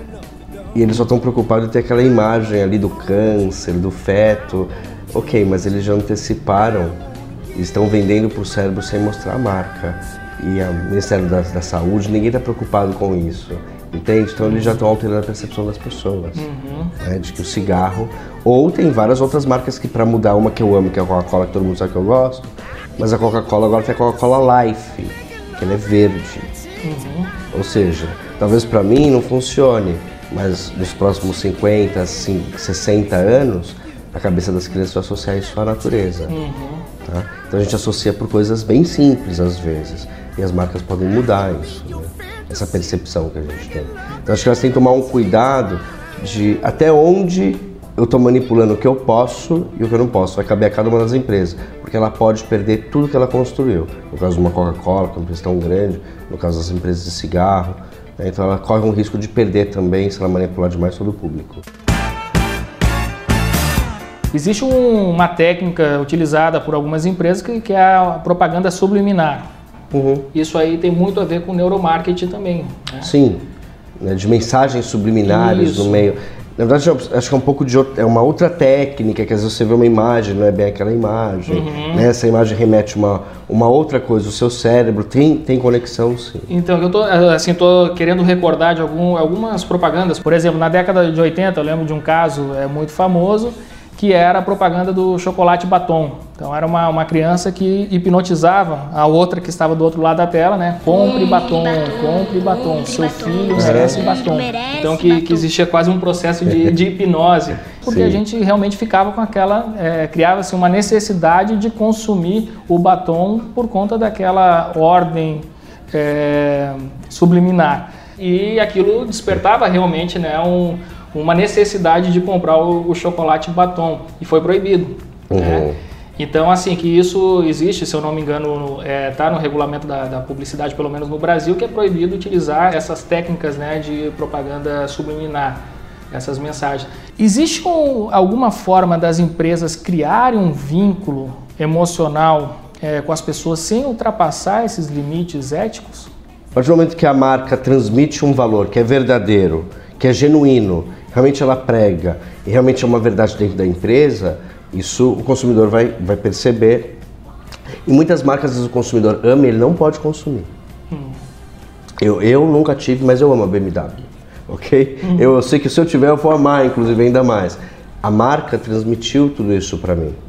E eles só estão preocupados em ter aquela imagem ali do câncer, do feto. Ok, mas eles já anteciparam, estão vendendo para o cérebro sem mostrar a marca. E o Ministério da, da Saúde, ninguém está preocupado com isso, entende? Então eles já estão alterando a percepção das pessoas, uhum. Né, de que o cigarro... Ou tem várias outras marcas que, para mudar, uma que eu amo, que é a Coca-Cola, que todo mundo sabe que eu gosto, mas a Coca-Cola agora tem a Coca-Cola Life, que ela é verde. Uhum. Ou seja, talvez para mim não funcione, mas nos próximos cinquenta, sessenta anos, a cabeça das crianças vai associar isso à natureza. Uhum. Tá? Então a gente associa por coisas bem simples às vezes, e as marcas podem mudar isso, né? Essa percepção que a gente tem. Então acho que elas têm que tomar um cuidado de até onde eu estou manipulando o que eu posso e o que eu não posso. Vai caber a cada uma das empresas, porque ela pode perder tudo que ela construiu. No caso de uma Coca-Cola, que é uma empresa tão grande, no caso das empresas de cigarro, então ela corre um risco de perder também se ela manipular demais todo o público. Existe um, uma técnica utilizada por algumas empresas que, que é a propaganda subliminar. Uhum. Isso aí tem muito a ver com neuromarketing também. Né? Sim, né, de mensagens subliminares Isso. no meio. Na verdade, eu acho que é um pouco de outra, é uma outra técnica, que às vezes você vê uma imagem, não é bem aquela imagem, uhum. Né? Essa imagem remete uma uma outra coisa, o seu cérebro tem, tem conexão, sim. Então, eu tô, assim, tô querendo recordar de algum, algumas propagandas. Por exemplo, na década de oitenta, eu lembro de um caso é, muito famoso, que era a propaganda do chocolate batom. Então era uma, uma criança que hipnotizava a outra que estava do outro lado da tela, né? Compre batom, compre batom, seu filho merece batom. Então que, que existia quase um processo de, de hipnose, porque Sim. a gente realmente ficava com aquela, é, criava-se uma necessidade de consumir o batom por conta daquela ordem é, subliminar. E aquilo despertava realmente, né, um uma necessidade de comprar o, o chocolate batom, e foi proibido. Uhum. Né? Então, assim, que isso existe, se eu não me engano, está é, no regulamento da, da publicidade, pelo menos no Brasil, que é proibido utilizar essas técnicas, né, de propaganda subliminar, essas mensagens. Existe um, alguma forma das empresas criarem um vínculo emocional é, com as pessoas sem ultrapassar esses limites éticos? A partir do momento que a marca transmite um valor que é verdadeiro, que é genuíno, realmente ela prega e realmente é uma verdade dentro da empresa, isso o consumidor vai, vai perceber. E muitas marcas, às vezes, o consumidor ama e ele não pode consumir. Hum. Eu, eu nunca tive, mas eu amo a B M W, ok? Hum. Eu, eu sei que se eu tiver eu vou amar, inclusive, ainda mais. A marca transmitiu tudo isso para mim,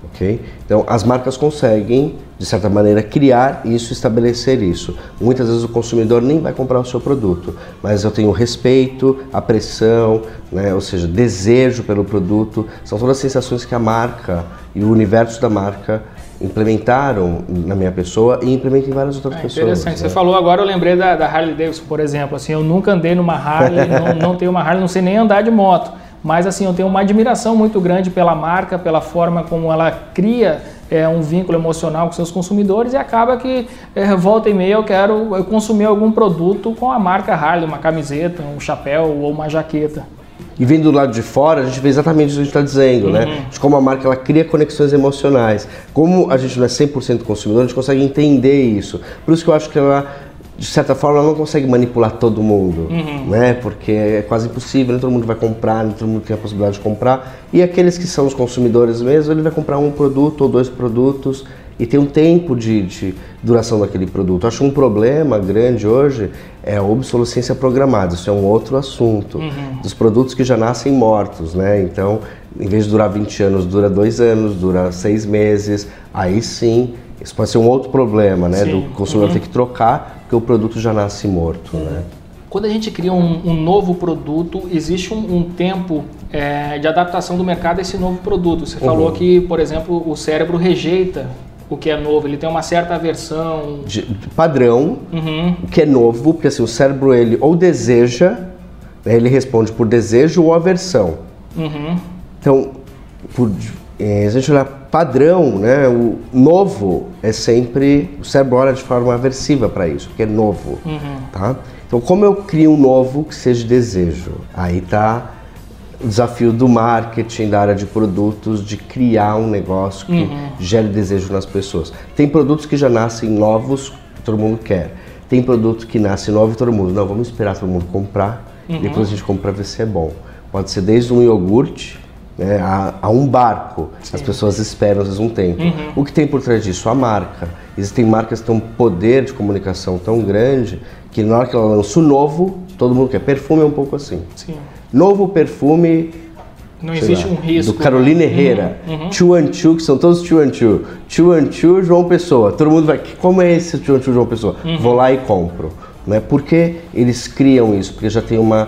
ok? Então, as marcas conseguem, de certa maneira, criar isso, estabelecer isso. Muitas vezes o consumidor nem vai comprar o seu produto, mas eu tenho respeito, apreensão, né? Ou seja, desejo pelo produto. São todas as sensações que a marca e o universo da marca implementaram na minha pessoa e implementam em várias outras é, pessoas. Interessante. Né? Você falou agora, eu lembrei da, da Harley Davidson, por exemplo. Assim, eu nunca andei numa Harley, não, não tenho uma Harley, não sei nem andar de moto. Mas assim, eu tenho uma admiração muito grande pela marca, pela forma como ela cria é, um vínculo emocional com seus consumidores e acaba que é, volta e meia eu quero eu consumir algum produto com a marca Harley, uma camiseta, um chapéu ou uma jaqueta. E vendo do lado de fora, a gente vê exatamente isso que a gente está dizendo, uhum. né? De como a marca ela cria conexões emocionais. Como a gente não é cem por cento consumidor, a gente consegue entender isso. Por isso que eu acho que ela, de certa forma, ela não consegue manipular todo mundo, uhum. né? Porque é quase impossível, nem todo mundo vai comprar, nem todo mundo tem a possibilidade de comprar. E aqueles que são os consumidores mesmo, ele vai comprar um produto ou dois produtos e tem um tempo de, de duração daquele produto. Eu acho um problema grande hoje é a obsolescência programada, isso é um outro assunto. Uhum. Dos produtos que já nascem mortos, né? Então, em vez de durar vinte anos, dura dois anos, dura seis meses, aí sim, isso pode ser um outro problema, né? Sim. Do consumidor uhum. ter que trocar, porque o produto já nasce morto, uhum. né? Quando a gente cria um, um novo produto, existe um, um tempo é, de adaptação do mercado a esse novo produto. Você uhum. falou que, por exemplo, o cérebro rejeita o que é novo, ele tem uma certa aversão... De, padrão, uhum. o que é novo, porque assim, o cérebro ele ou deseja, né, ele responde por desejo ou aversão. Uhum. Então, por, é, a gente olhar padrão, né, o novo é sempre... O cérebro olha de forma aversiva para isso, porque é novo. Uhum. Tá? Então, como eu crio um novo que seja desejo? Aí está o desafio do marketing, da área de produtos, de criar um negócio que uhum. gere desejo nas pessoas. Tem produtos que já nascem novos, que todo mundo quer. Tem produto que nasce novo e todo mundo, não, vamos esperar todo mundo comprar, uhum. depois a gente compra para ver se é bom. Pode ser desde um iogurte, né, a, a um barco. Sim. As pessoas esperam às vezes um tempo. Uhum. O que tem por trás disso? A marca. Existem marcas que têm um poder de comunicação tão grande que na hora que ela lança o novo, todo mundo quer. Perfume é um pouco assim. Sim. Novo perfume, não existe lá, um risco. Do Carolina Herrera, uhum, uhum. Two and Two, que são todos Two and Two. Two and Two, João Pessoa. Todo mundo vai, como é esse Two and Two, João Pessoa? Uhum. Vou lá e compro. Né? Por que eles criam isso? Porque já tem uma,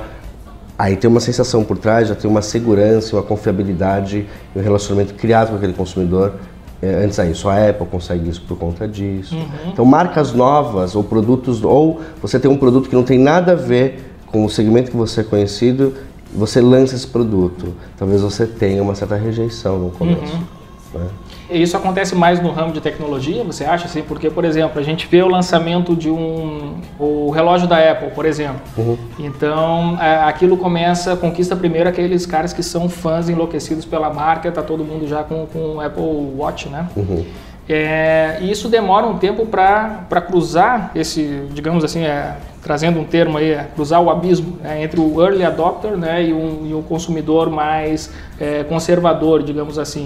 aí tem uma sensação por trás, já tem uma segurança, uma confiabilidade, um relacionamento criado com aquele consumidor. É, antes aí, só a Apple consegue isso por conta disso. Uhum. Então, marcas novas ou produtos, ou você tem um produto que não tem nada a ver com o segmento que você é conhecido, você lança esse produto. Talvez você tenha uma certa rejeição no começo. Uhum. Né? E isso acontece mais no ramo de tecnologia, você acha assim? Porque, por exemplo, a gente vê o lançamento de um... o relógio da Apple, por exemplo. Uhum. Então, aquilo começa, conquista primeiro aqueles caras que são fãs enlouquecidos pela marca, tá todo mundo já com o Apple Watch, né? Uhum. É, e isso demora um tempo para cruzar esse, digamos assim, é, trazendo um termo aí, é, cruzar o abismo, né, entre o early adopter, né, e, um, e o consumidor mais é, conservador, digamos assim.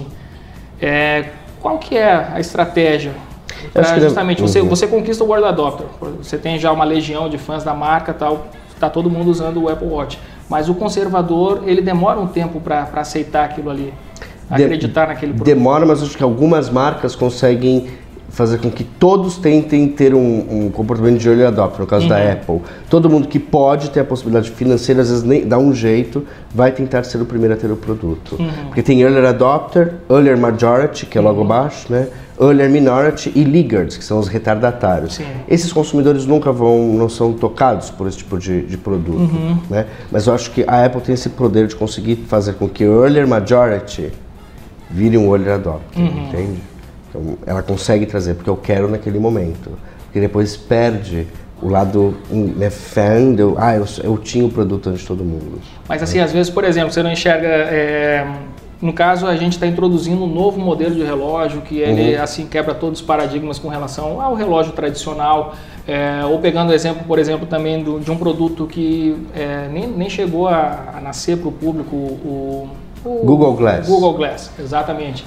É, qual que é a estratégia para justamente você, uhum. você conquista o early adopter, você tem já uma legião de fãs da marca, tal, está todo mundo usando o Apple Watch, mas o conservador ele demora um tempo para aceitar aquilo ali. Acreditar de, naquele produto. Demora, mas acho que algumas marcas conseguem fazer com que todos tentem ter um, um comportamento de early adopter, no caso uhum. da Apple. Todo mundo que pode ter a possibilidade financeira, às vezes nem dá um jeito, vai tentar ser o primeiro a ter o produto. Uhum. Porque tem early adopter, early majority, que é logo uhum. abaixo, né? Early minority e laggards, que são os retardatários. Sim. Esses consumidores nunca vão, não são tocados por esse tipo de, de produto. Uhum. Né? Mas eu acho que a Apple tem esse poder de conseguir fazer com que o early majority vire um early adopter, uhum. entende? Então, ela consegue trazer, porque eu quero naquele momento. Porque depois perde o lado né, fã, de, ah, eu, eu tinha o produto antes de todo mundo. Mas assim, é. às vezes, por exemplo, você não enxerga... É, no caso, a gente está introduzindo um novo modelo de relógio que ele, uhum. assim, quebra todos os paradigmas com relação ao relógio tradicional. É, ou pegando o exemplo, por exemplo, também do, de um produto que é, nem, nem chegou a, a nascer para o público, o... O Google Glass. Google Glass, exatamente.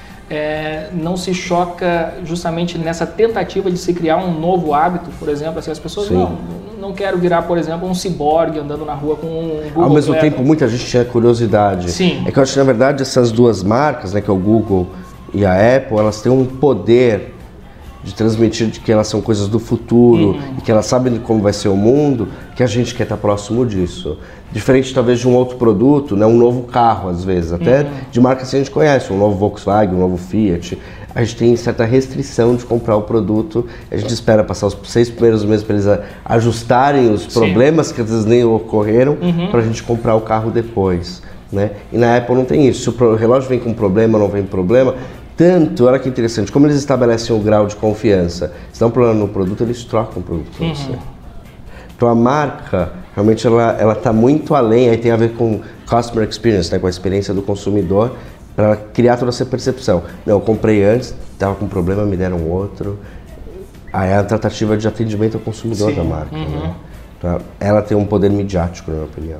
É, não se choca justamente nessa tentativa de se criar um novo hábito, por exemplo, assim, as pessoas Sim. não, não quero virar, por exemplo, um ciborgue andando na rua com um Google Ao mesmo Glass. tempo, muita gente tinha curiosidade. Sim. É que eu acho que, na verdade, essas duas marcas, né, que é o Google e a Apple, elas têm um poder de transmitir que elas são coisas do futuro uhum. e que elas sabem como vai ser o mundo, que a gente quer estar próximo disso. Diferente talvez de um outro produto, né, um novo carro às vezes, até uhum. de marcas que a gente conhece, um novo Volkswagen, um novo Fiat. A gente tem certa restrição de comprar o produto, a gente espera passar os seis primeiros meses para eles ajustarem os problemas Sim. que às vezes nem ocorreram, uhum. para a gente comprar o carro depois. Né? E na Apple não tem isso, se o relógio vem com problema ou não vem com problema, tanto, olha que interessante, como eles estabelecem o grau de confiança, se dá um problema no produto, eles trocam o produto para uhum. você. Então a marca, realmente ela ela está muito além, aí tem a ver com customer experience, né, com a experiência do consumidor, para criar toda essa percepção. Não, eu comprei antes, estava com problema, me deram outro. Aí é a tratativa de atendimento ao consumidor Sim. da marca. Uhum. Né? Então, ela tem um poder midiático, na minha opinião.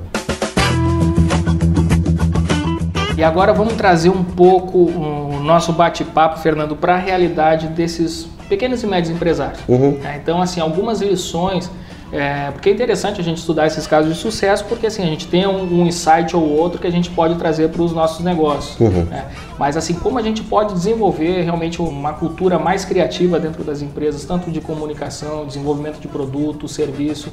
E agora vamos trazer um pouco o nosso bate-papo, Fernando, para a realidade desses pequenos e médios empresários. Uhum. É, então, assim, algumas lições, é, porque é interessante a gente estudar esses casos de sucesso, porque assim, a gente tem um, um insight ou outro que a gente pode trazer para os nossos negócios. Uhum. É, mas assim, como a gente pode desenvolver realmente uma cultura mais criativa dentro das empresas, tanto de comunicação, desenvolvimento de produto, serviço.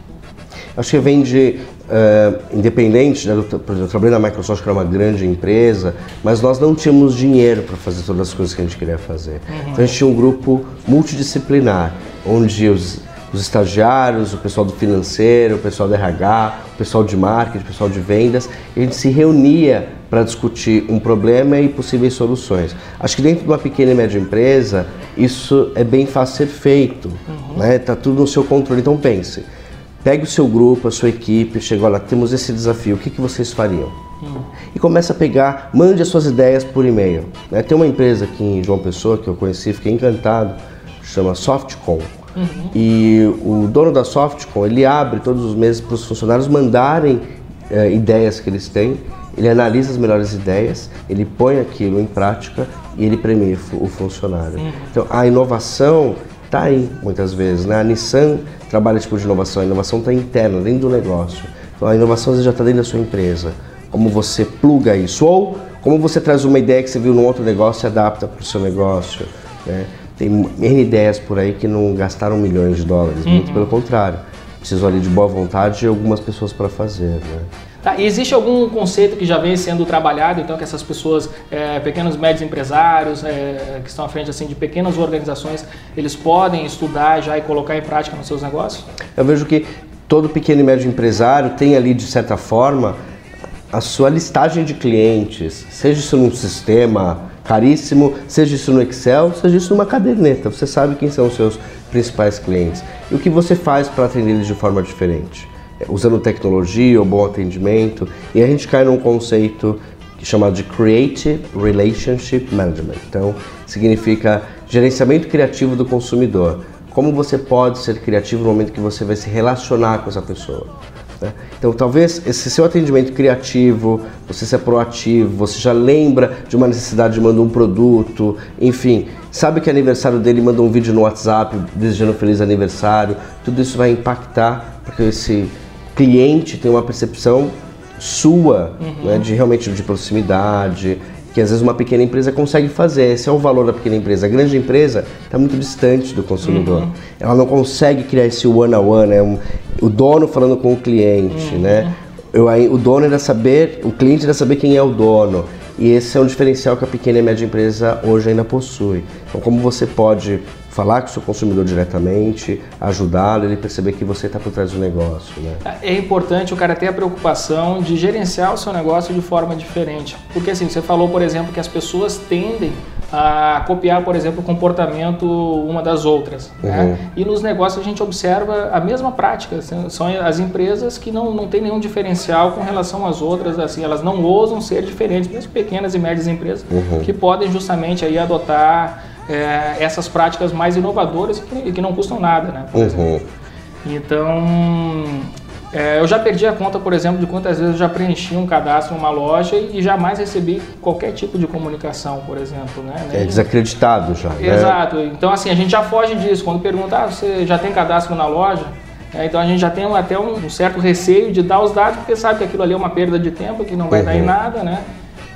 Acho que vem de, uh, independente, né, por exemplo, eu trabalhei na Microsoft, que era uma grande empresa, mas nós não tínhamos dinheiro para fazer todas as coisas que a gente queria fazer. Uhum. Então a gente tinha um grupo multidisciplinar, onde os, os estagiários, o pessoal do financeiro, o pessoal do R H, o pessoal de marketing, o pessoal de vendas, e a gente se reunia para discutir um problema e possíveis soluções. Acho que dentro de uma pequena e média empresa, isso é bem fácil ser feito, uhum. né? Tá tudo no seu controle, então pense. Pegue o seu grupo, a sua equipe, chega, olha, temos esse desafio, o que, que vocês fariam? Hum. E começa a pegar, mande as suas ideias por e-mail. Né? Tem uma empresa aqui em João Pessoa que eu conheci, fiquei encantado, chama Softcom. Uhum. E o dono da Softcom, ele abre todos os meses para os funcionários mandarem eh, ideias que eles têm, ele analisa as melhores ideias, ele põe aquilo em prática e ele premia o funcionário. Uhum. Então a inovação está aí, muitas vezes, né? A Nissan trabalha tipo de inovação, a inovação está interna, dentro do negócio. Então a inovação às vezes já está dentro da sua empresa. Como você pluga isso, ou como você traz uma ideia que você viu num outro negócio e adapta para o seu negócio. Né? Tem N ideias por aí que não gastaram milhões de dólares, uhum. muito pelo contrário. Precisam ali de boa vontade e algumas pessoas para fazer. Né? Tá, e existe algum conceito que já vem sendo trabalhado, então, que essas pessoas, é, pequenos e médios empresários, é, que estão à frente assim, de pequenas organizações, eles podem estudar já e colocar em prática nos seus negócios? Eu vejo que todo pequeno e médio empresário tem ali, de certa forma, a sua listagem de clientes, seja isso num sistema caríssimo, seja isso no Excel, seja isso numa caderneta. Você sabe quem são os seus principais clientes e o que você faz para atender eles de forma diferente. Usando tecnologia ou bom atendimento, e a gente cai num conceito chamado de Creative Relationship Management. Então, significa gerenciamento criativo do consumidor. Como você pode ser criativo no momento que você vai se relacionar com essa pessoa. Né? Então, talvez esse seu atendimento criativo, você ser proativo, você já lembra de uma necessidade, manda um produto, enfim, sabe que é aniversário dele, manda um vídeo no WhatsApp desejando um feliz aniversário, tudo isso vai impactar, porque esse cliente tem uma percepção sua, uhum. né, de realmente de proximidade, que às vezes uma pequena empresa consegue fazer. Esse é o valor da pequena empresa. A grande empresa está muito distante do consumidor. Uhum. Ela não consegue criar esse one-on-one, né? Um, o dono falando com o cliente, uhum. né? Eu, o dono ainda saber, o cliente ainda saber quem é o dono. E esse é um diferencial que a pequena e média empresa hoje ainda possui. Então, como você pode falar com o seu consumidor diretamente, ajudá-lo, ele perceber que você está por trás do negócio, né? É importante o cara ter a preocupação de gerenciar o seu negócio de forma diferente. Porque assim, você falou, por exemplo, que as pessoas tendem a copiar, por exemplo, o comportamento uma das outras. Uhum. Né? E nos negócios a gente observa a mesma prática. São as empresas que não, não têm nenhum diferencial com relação às outras, assim, elas não ousam ser diferentes, mesmo pequenas e médias empresas, uhum. que podem justamente aí adotar É, essas práticas mais inovadoras que, que não custam nada, né? Por uhum. Então, é, eu já perdi a conta, por exemplo, de quantas vezes eu já preenchi um cadastro em uma loja e, e jamais recebi qualquer tipo de comunicação, por exemplo, né? É desacreditado já. Exato. Né? Então, assim, a gente já foge disso. Quando pergunta, ah, você já tem cadastro na loja? É, então a gente já tem até um, um certo receio de dar os dados, porque sabe que aquilo ali é uma perda de tempo, que não vai uhum. dar em nada, né?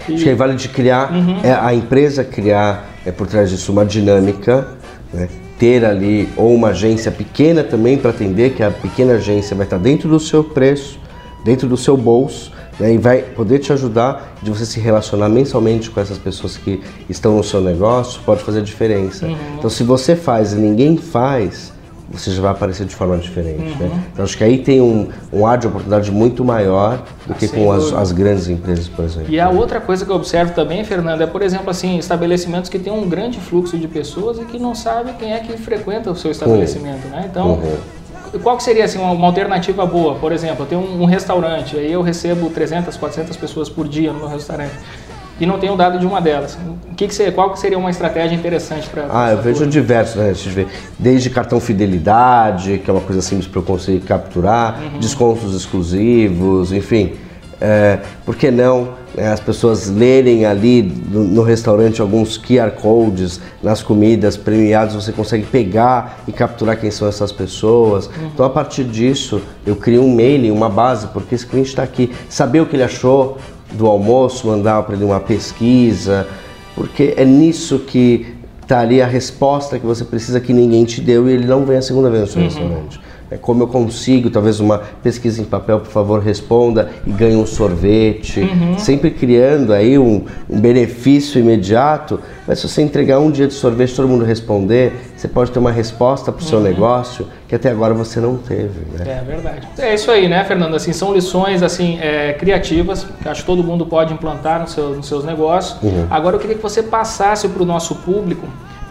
E... Acho que aí vale de criar, uhum. é, a empresa criar, é, por trás disso, uma dinâmica, né? Ter ali, ou uma agência pequena também para atender, que a pequena agência vai estar dentro do seu preço, dentro do seu bolso, né, e vai poder te ajudar de você se relacionar mensalmente com essas pessoas que estão no seu negócio, pode fazer diferença. Uhum. Então, se você faz e ninguém faz, você já vai aparecer de forma diferente. Uhum. Né? Então, acho que aí tem um, um ar de oportunidade muito maior do que com as, as grandes empresas, por exemplo. E a outra coisa que eu observo também, Fernando, é, por exemplo, assim, estabelecimentos que têm um grande fluxo de pessoas e que não sabem quem é que frequenta o seu estabelecimento. Uhum. Né? Então, uhum. qual que seria assim, uma, uma alternativa boa? Por exemplo, eu tenho um, um restaurante, aí eu recebo trezentas, quatrocentas pessoas por dia no meu restaurante. E não tenho dado de uma delas. O que que seria, qual que seria uma estratégia interessante para... Ah, eu vejo diversos, né? A gente vê desde cartão fidelidade, que é uma coisa simples para eu conseguir capturar, uhum. descontos exclusivos, enfim. É, por que não, né, as pessoas lerem ali no, no restaurante alguns Q R Codes nas comidas premiadas, você consegue pegar e capturar quem são essas pessoas. Uhum. Então, a partir disso, eu crio um mailing, uma base, porque esse cliente está aqui, saber o que ele achou do almoço, mandar para ele uma pesquisa, porque é nisso que está ali a resposta que você precisa, que ninguém te deu e ele não vem a segunda vez no seu uhum. restaurante. É como eu consigo, talvez uma pesquisa em papel, por favor, responda e ganhe um sorvete, uhum. sempre criando aí um, um benefício imediato, mas se você entregar um dia de sorvete e todo mundo responder, você pode ter uma resposta para o uhum. seu negócio que até agora você não teve. Né? É verdade. É isso aí, né, Fernando? Assim, são lições assim, é, criativas, que acho que todo mundo pode implantar no seu, nos seus negócios. Uhum. Agora eu queria que você passasse para o nosso público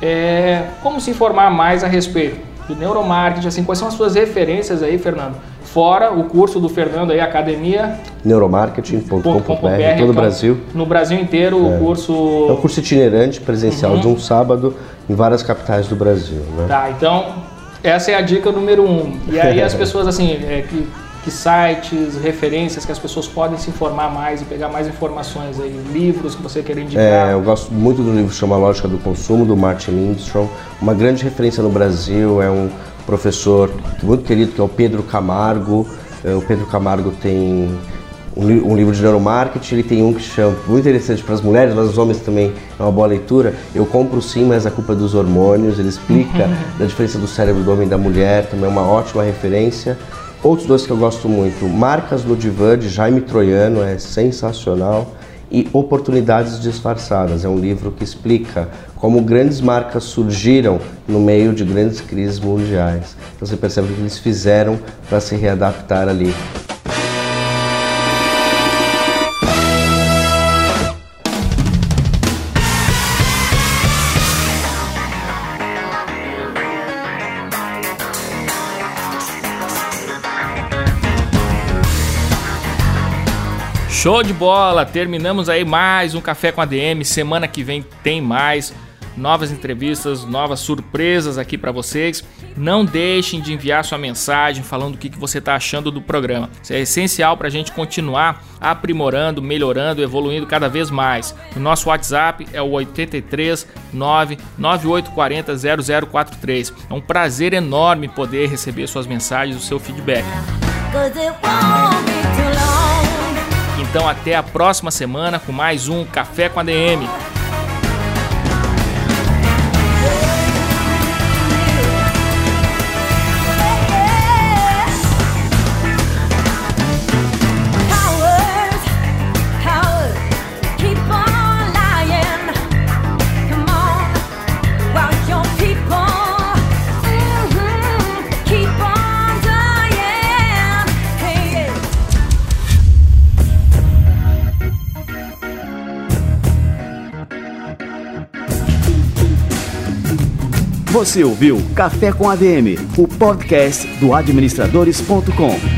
é, como se informar mais a respeito do neuromarketing, assim, quais são as suas referências aí, Fernando? Fora o curso do Fernando aí, academia... neuromarketing ponto com ponto b r, todo o Brasil. No Brasil inteiro, é. o curso... É um curso itinerante, presencial, uhum. de um sábado, em várias capitais do Brasil. Né? Tá, então, essa é a dica número um. E aí as pessoas, assim, é, que, que sites, referências que as pessoas podem se informar mais e pegar mais informações aí, livros que você quer indicar? É, eu gosto muito do livro que chama Lógica do Consumo, do Martin Lindstrom. Uma grande referência no Brasil é um professor muito querido, que é o Pedro Camargo. O Pedro Camargo tem um livro de neuromarketing, ele tem um que chama, muito interessante para as mulheres, mas os homens também é uma boa leitura. Eu compro sim, mas a culpa é dos hormônios. Ele explica a diferença do cérebro do homem e da mulher, também é uma ótima referência. Outros dois que eu gosto muito, Marcas no Divã, de Jaime Troiano, é sensacional. E Oportunidades Disfarçadas, é um livro que explica como grandes marcas surgiram no meio de grandes crises mundiais. Então você percebe o que eles fizeram para se readaptar ali. Show de bola! Terminamos aí mais um Café com A D M. Semana que vem tem mais novas entrevistas, novas surpresas aqui para vocês. Não deixem de enviar sua mensagem falando o que você está achando do programa. Isso é essencial para a gente continuar aprimorando, melhorando, evoluindo cada vez mais. O nosso WhatsApp é o oito três nove nove oito quatro zero zero zero quatro três. É um prazer enorme poder receber suas mensagens, o seu feedback. Então até a próxima semana com mais um Café com A D M. Você ouviu Café com A D M, o podcast do administradores ponto com.